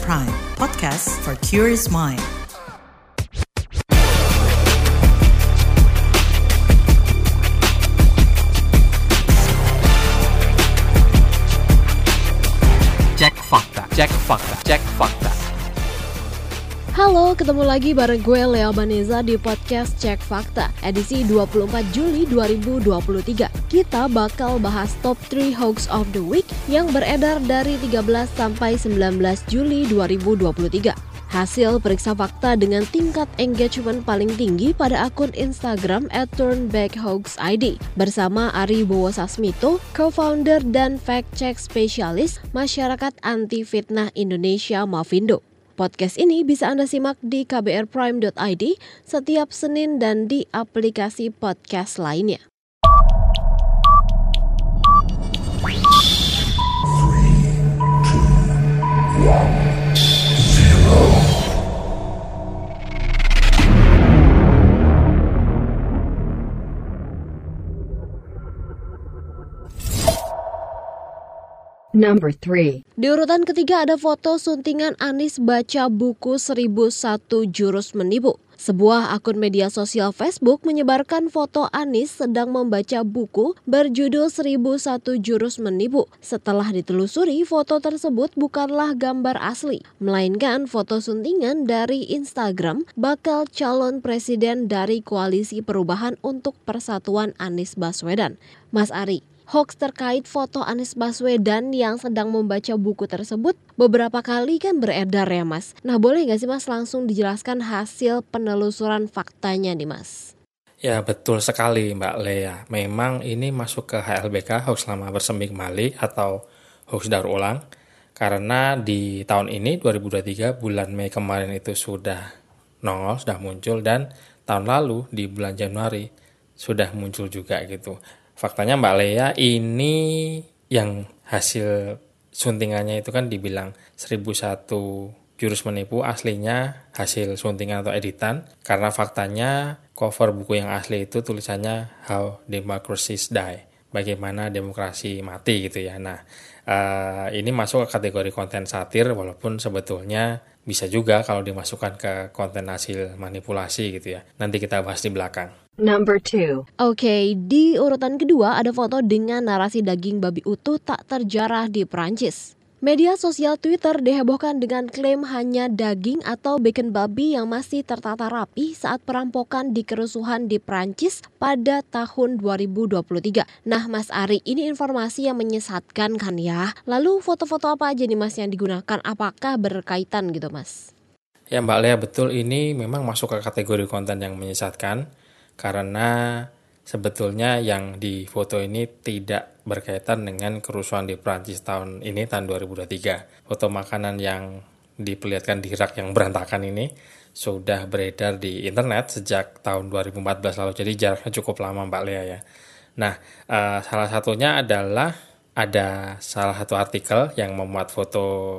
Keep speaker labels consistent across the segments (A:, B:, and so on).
A: Prime, podcast for curious mind.
B: Cek fakta, cek fakta, cek fakta.
C: Halo, ketemu lagi bareng gue Lea Baneza di podcast Cek Fakta, edisi 24 Juli 2023. Kita bakal bahas top 3 hoax of the week yang beredar dari 13 sampai 19 Juli 2023. Hasil periksa fakta dengan tingkat engagement paling tinggi pada akun Instagram @turnbackhoaxid bersama Ari Bowo Sasmito, co-founder dan fact-check spesialis Masyarakat Anti Fitnah Indonesia Mafindo. Podcast ini bisa Anda simak di kbrprime.id setiap Senin dan di aplikasi podcast lainnya.
D: Number 3.
C: Di urutan ketiga ada foto suntingan Anies baca buku 1001 Jurus Menipu. Sebuah akun media sosial Facebook menyebarkan foto Anies sedang membaca buku berjudul 1001 Jurus Menipu. Setelah ditelusuri, foto tersebut bukanlah gambar asli, melainkan foto suntingan dari Instagram bakal calon presiden dari Koalisi Perubahan untuk Persatuan Anies Baswedan. Mas Ari, hoax terkait foto Anies Baswedan yang sedang membaca buku tersebut beberapa kali kan beredar ya Mas. Nah boleh gak sih Mas langsung dijelaskan hasil penelusuran faktanya nih Mas?
E: Ya betul sekali Mbak Lea. Memang ini masuk ke HLBK, hoax lama bersemi kembali atau hoax daur ulang. Karena di tahun ini 2023 bulan Mei kemarin itu sudah nongol, sudah muncul. Dan tahun lalu di bulan Januari sudah muncul juga gitu. Faktanya Mbak Lea, ini yang hasil suntingannya itu kan dibilang 1001 jurus menipu, aslinya hasil suntingan atau editan. Karena faktanya cover buku yang asli itu tulisannya How Democracies Die, bagaimana demokrasi mati gitu ya. Nah, ini masuk ke kategori konten satir, walaupun sebetulnya bisa juga kalau dimasukkan ke konten hasil manipulasi gitu ya. Nanti kita bahas di belakang.
D: Number 2.
C: Oke, di urutan kedua ada foto dengan narasi daging babi utuh tak terjarah di Prancis. Media sosial Twitter dihebohkan dengan klaim hanya daging atau bacon babi yang masih tertata rapi saat perampokan di kerusuhan di Prancis pada tahun 2023. Nah Mas Ari, ini informasi yang menyesatkan kan ya? Lalu foto-foto apa aja nih Mas yang digunakan? Apakah berkaitan gitu Mas?
E: Ya Mbak Lea, betul, ini memang masuk ke kategori konten yang menyesatkan. Karena sebetulnya yang di foto ini tidak berkaitan dengan kerusuhan di Prancis tahun ini, tahun 2023. Foto makanan yang diperlihatkan di rak yang berantakan ini sudah beredar di internet sejak tahun 2014 lalu. Jadi jaraknya cukup lama Mbak Lea ya. Nah, salah satunya adalah ada salah satu artikel yang memuat foto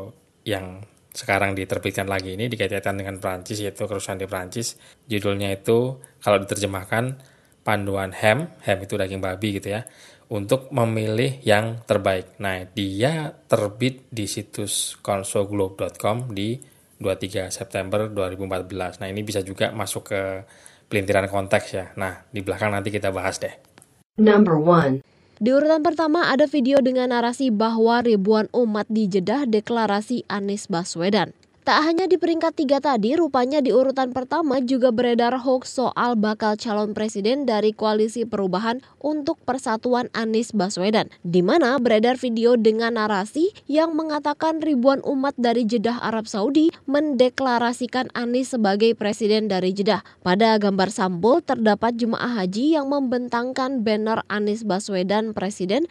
E: yang sekarang diterbitkan lagi ini dikaitkan dengan Prancis, yaitu kerusuhan di Prancis. Judulnya itu kalau diterjemahkan panduan ham itu daging babi gitu ya, untuk memilih yang terbaik. Nah, dia terbit di situs consoglobe.com di 23 September 2014. Nah, ini bisa juga masuk ke pelintiran konteks ya. Nah, di belakang nanti kita bahas deh.
D: Number 1.
C: Di urutan pertama ada video dengan narasi bahwa ribuan umat di Jeddah deklarasi Anies Baswedan. Tak hanya di peringkat 3 tadi, rupanya di urutan pertama juga beredar hoax soal bakal calon presiden dari Koalisi Perubahan untuk Persatuan Anies Baswedan, di mana beredar video dengan narasi yang mengatakan ribuan umat dari Jeddah Arab Saudi mendeklarasikan Anies sebagai presiden dari Jeddah. Pada gambar sampul terdapat jemaah haji yang membentangkan banner Anies Baswedan Presiden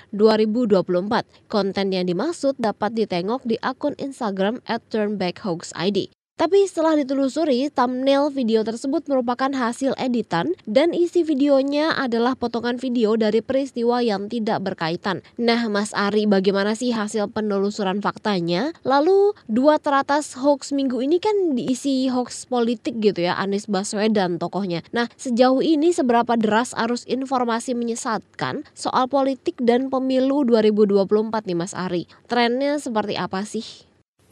C: 2024. Konten yang dimaksud dapat ditengok di akun Instagram @turnbackhoaxid. Tapi setelah ditelusuri, thumbnail video tersebut merupakan hasil editan dan isi videonya adalah potongan video dari peristiwa yang tidak berkaitan. Nah Mas Ari, bagaimana sih hasil penelusuran faktanya? Lalu dua teratas hoax minggu ini kan diisi hoax politik gitu ya, Anies Baswedan tokohnya. Nah sejauh ini seberapa deras arus informasi menyesatkan soal politik dan pemilu 2024 nih Mas Ari? Trennya seperti apa sih?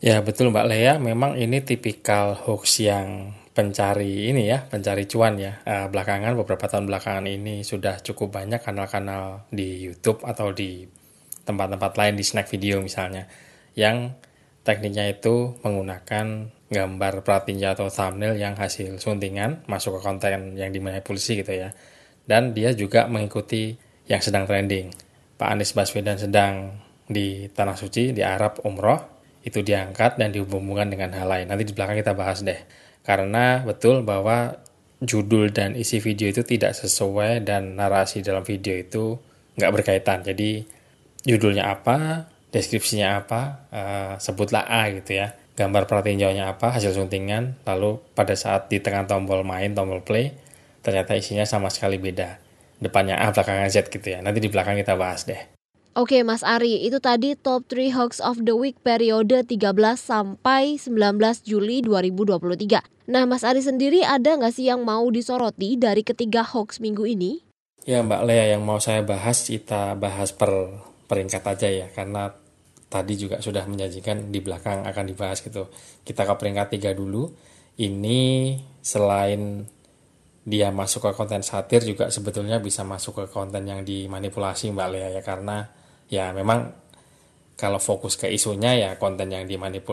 E: Ya betul Mbak Lea, memang ini tipikal hoax yang pencari cuan ya. Belakangan, beberapa tahun belakangan ini sudah cukup banyak kanal-kanal di YouTube atau di tempat-tempat lain di snack video misalnya, yang tekniknya itu menggunakan gambar pratinja atau thumbnail yang hasil suntingan masuk ke konten yang dimanipulasi gitu ya. Dan dia juga mengikuti yang sedang trending. Pak Anies Baswedan sedang di Tanah Suci, di Arab umroh, itu diangkat dan dihubungkan dengan hal lain. Nanti di belakang kita bahas deh. Karena betul bahwa judul dan isi video itu tidak sesuai dan narasi dalam video itu nggak berkaitan. Jadi judulnya apa, deskripsinya apa, sebutlah A gitu ya. Gambar pratinjaunya apa, hasil suntingan, lalu pada saat ditekan tombol main, tombol play, ternyata isinya sama sekali beda. Depannya A, belakangnya Z gitu ya. Nanti di belakang kita bahas deh.
C: Oke Mas Ari, itu tadi top 3 hoax of the week periode 13 sampai 19 Juli 2023. Nah Mas Ari sendiri ada nggak sih yang mau disoroti dari ketiga hoax minggu ini?
E: Ya Mbak Lea, yang mau saya bahas, kita bahas per peringkat aja ya, karena tadi juga sudah menjanjikan di belakang akan dibahas gitu. Kita ke peringkat 3 dulu. Ini selain dia masuk ke konten satir, juga sebetulnya bisa masuk ke konten yang dimanipulasi Mbak Lea ya, karena ya memang kalau fokus ke isunya ya konten yang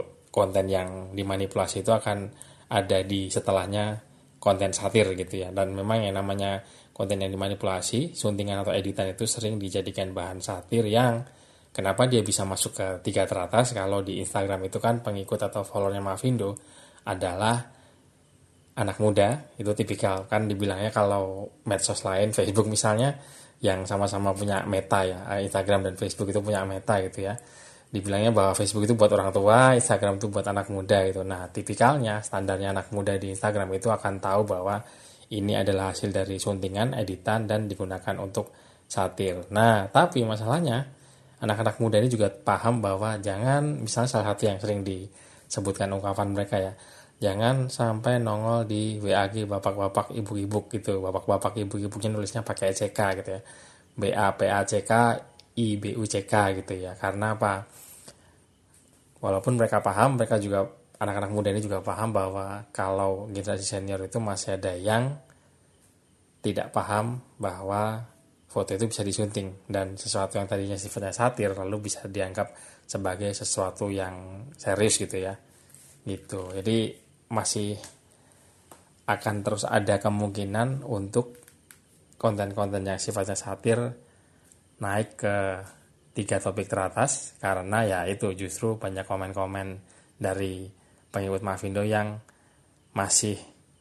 E: dimanipulasi itu akan ada di setelahnya konten satir gitu ya. Dan memang yang namanya konten yang dimanipulasi, suntingan atau editan itu sering dijadikan bahan satir yang kenapa dia bisa masuk ke 3 teratas. Kalau di Instagram itu kan pengikut atau followernya Mavindo adalah anak muda, itu tipikal kan dibilangnya kalau medsos lain, Facebook misalnya, yang sama-sama punya meta ya, Instagram dan Facebook itu punya meta gitu ya, dibilangnya bahwa Facebook itu buat orang tua, Instagram itu buat anak muda gitu. Nah tipikalnya, standarnya anak muda di Instagram itu akan tahu bahwa ini adalah hasil dari suntingan, editan, dan digunakan untuk satir. Nah tapi masalahnya anak-anak muda ini juga paham bahwa jangan, misalnya salah satu yang sering disebutkan ungkapan mereka ya, jangan sampai nongol di WAG bapak-bapak ibu-ibu gitu. Bapak-bapak ibu-ibunya nulisnya pakai CK gitu ya. BAPACK IBUCK gitu ya. Karena apa? Walaupun mereka paham, mereka juga, anak-anak muda ini juga paham bahwa kalau generasi senior itu masih ada yang tidak paham bahwa foto itu bisa disunting, dan sesuatu yang tadinya sifatnya satir lalu bisa dianggap sebagai sesuatu yang serius gitu ya. Gitu. Jadi masih akan terus ada kemungkinan untuk konten-konten yang sifatnya satir naik ke 3 topik teratas, karena ya itu justru banyak komen-komen dari pengikut Mavindo yang masih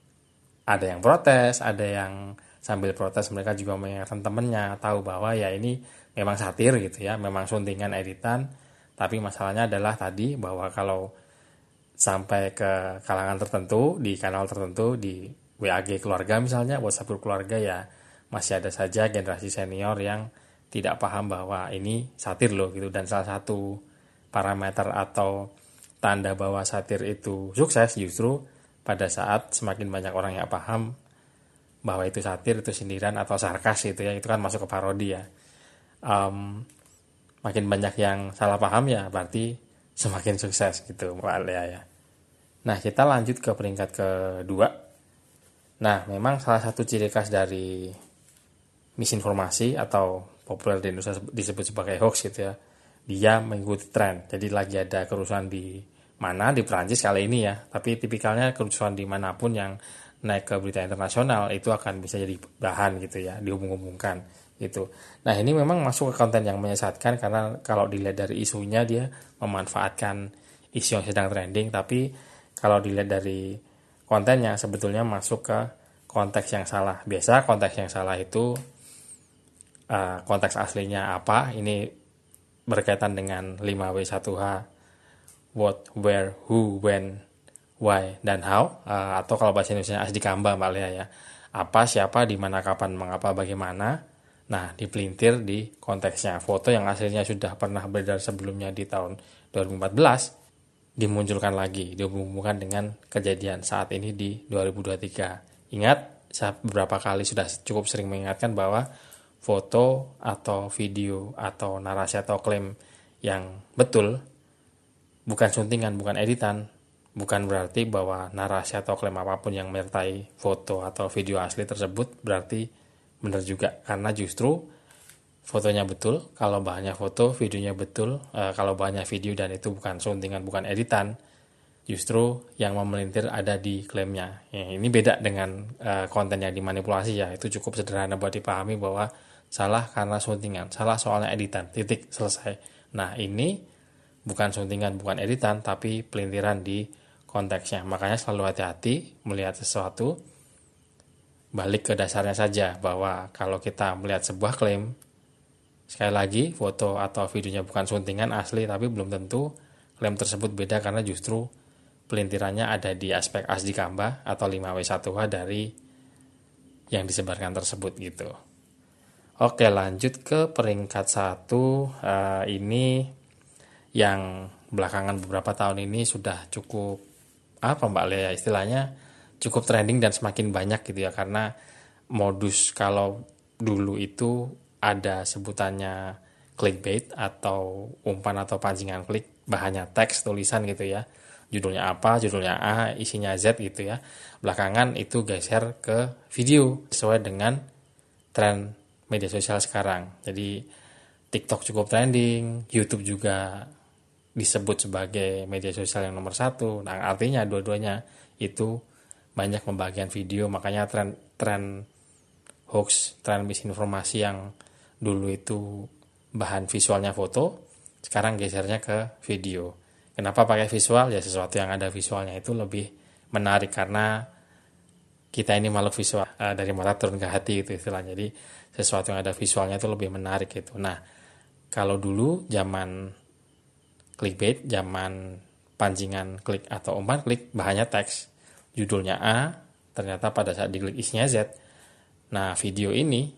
E: ada yang protes, ada yang sambil protes mereka juga mengingatkan temennya tahu bahwa ya ini memang satir gitu ya, memang suntingan editan, tapi masalahnya adalah tadi bahwa kalau sampai ke kalangan tertentu, di kanal tertentu, di WAG keluarga misalnya, WhatsApp grup keluarga, ya masih ada saja generasi senior yang tidak paham bahwa ini satir loh gitu. Dan salah satu parameter atau tanda bahwa satir itu sukses justru pada saat semakin banyak orang yang paham bahwa itu satir, itu sindiran atau sarkas gitu ya, itu kan masuk ke parodi ya. Makin banyak yang salah paham ya berarti semakin sukses gitu Mbak Lea ya. Nah kita lanjut ke peringkat kedua. Nah memang salah satu ciri khas dari misinformasi atau populer di Indonesia disebut sebagai hoax gitu ya, dia mengikuti tren. Jadi lagi ada kerusuhan di mana, di Perancis kali ini ya, tapi tipikalnya kerusuhan dimanapun yang naik ke berita internasional itu akan bisa jadi bahan gitu ya, dihubung-hubungkan gitu. Nah ini memang masuk ke konten yang menyesatkan, karena kalau dilihat dari isunya dia memanfaatkan isu yang sedang trending, tapi kalau dilihat dari kontennya sebetulnya masuk ke konteks yang salah. Biasa konteks yang salah itu konteks aslinya apa, ini berkaitan dengan 5W1H, what, where, who, when, why, dan how, atau kalau bahasa Indonesia asdikamba Mbak Lea ya, apa, siapa, di mana, kapan, mengapa, bagaimana. Nah dipelintir di konteksnya. Foto yang aslinya sudah pernah beredar sebelumnya di tahun 2014 dimunculkan lagi, dihubungkan dengan kejadian saat ini di 2023. Ingat, saya beberapa kali sudah cukup sering mengingatkan bahwa foto atau video atau narasi atau klaim yang betul bukan suntingan, bukan editan. Bukan berarti bahwa narasi atau klaim apapun yang menyertai foto atau video asli tersebut berarti benar juga. Karena justru fotonya betul, kalau bahannya foto, videonya betul, kalau bahannya video dan itu bukan suntingan, bukan editan, justru yang memelintir ada di klaimnya. Ya, ini beda dengan konten yang dimanipulasi ya. Itu cukup sederhana buat dipahami bahwa salah karena suntingan, salah soalnya editan, titik, selesai. Nah ini bukan suntingan, bukan editan, tapi pelintiran di konteksnya. Makanya selalu hati-hati melihat sesuatu, balik ke dasarnya saja, bahwa kalau kita melihat sebuah klaim, sekali lagi foto atau videonya bukan suntingan asli, tapi belum tentu klaim tersebut beda karena justru pelintirannya ada di aspek asli kamba atau 5W1H dari yang disebarkan tersebut gitu. Oke, lanjut ke peringkat 1. Ini yang belakangan beberapa tahun ini sudah cukup Mbak Lea istilahnya cukup trending dan semakin banyak gitu ya, karena modus kalau dulu itu ada sebutannya clickbait atau umpan atau pancingan klik, bahannya teks tulisan gitu ya. Judulnya apa, judulnya A, isinya Z gitu ya. Belakangan itu geser ke video sesuai dengan tren media sosial sekarang. Jadi TikTok cukup trending, YouTube juga disebut sebagai media sosial yang nomor 1. Nah artinya dua-duanya itu banyak membagikan video, makanya tren hoax, tren misinformasi yang dulu itu bahan visualnya foto, sekarang gesernya ke video. Kenapa pakai visual? Ya sesuatu yang ada visualnya itu lebih menarik karena kita ini makhluk visual, dari mata turun ke hati itu istilahnya. Jadi sesuatu yang ada visualnya itu lebih menarik gitu. Nah, kalau dulu zaman clickbait, zaman pancingan klik atau umpan klik, bahannya teks, judulnya A, ternyata pada saat diklik isinya Z. Nah, video ini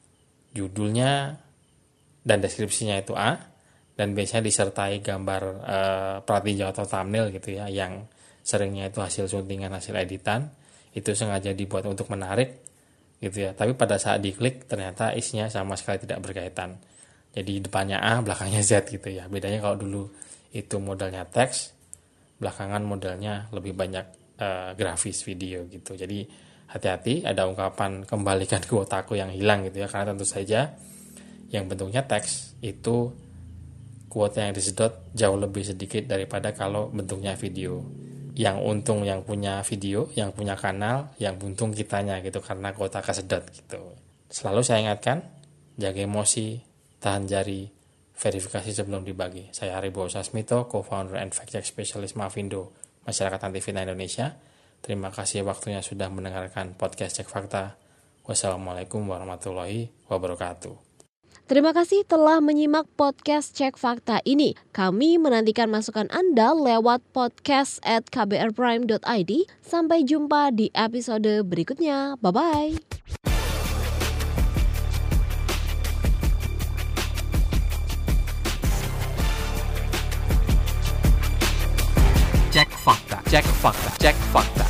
E: judulnya dan deskripsinya itu A, dan biasanya disertai gambar pratinjau atau thumbnail gitu ya, yang seringnya itu hasil suntingan, hasil editan, itu sengaja dibuat untuk menarik gitu ya. Tapi pada saat diklik ternyata isinya sama sekali tidak berkaitan. Jadi depannya A, belakangnya Z gitu ya. Bedanya kalau dulu itu modelnya teks, belakangan modelnya lebih banyak grafis video gitu. Jadi hati-hati, ada ungkapan kembalikan kuotaku yang hilang gitu ya, karena tentu saja yang bentuknya teks itu kuota yang disedot jauh lebih sedikit daripada kalau bentuknya video. Yang untung yang punya video, yang punya kanal, yang buntung kitanya gitu karena kuota kesedot gitu. Selalu saya ingatkan, jaga emosi, tahan jari, verifikasi sebelum dibagi. Saya Aribo Sasmito, co-founder and fact-check specialist Mavindo, Masyarakat Anti Fitnah Indonesia. Terima kasih waktunya sudah mendengarkan podcast Cek Fakta. Wassalamualaikum warahmatullahi wabarakatuh.
C: Terima kasih telah menyimak podcast Cek Fakta ini. Kami menantikan masukan Anda lewat podcast@kbrprime.id. Sampai jumpa di episode berikutnya. Bye-bye.
B: Cek Fakta, Cek Fakta, Cek Fakta.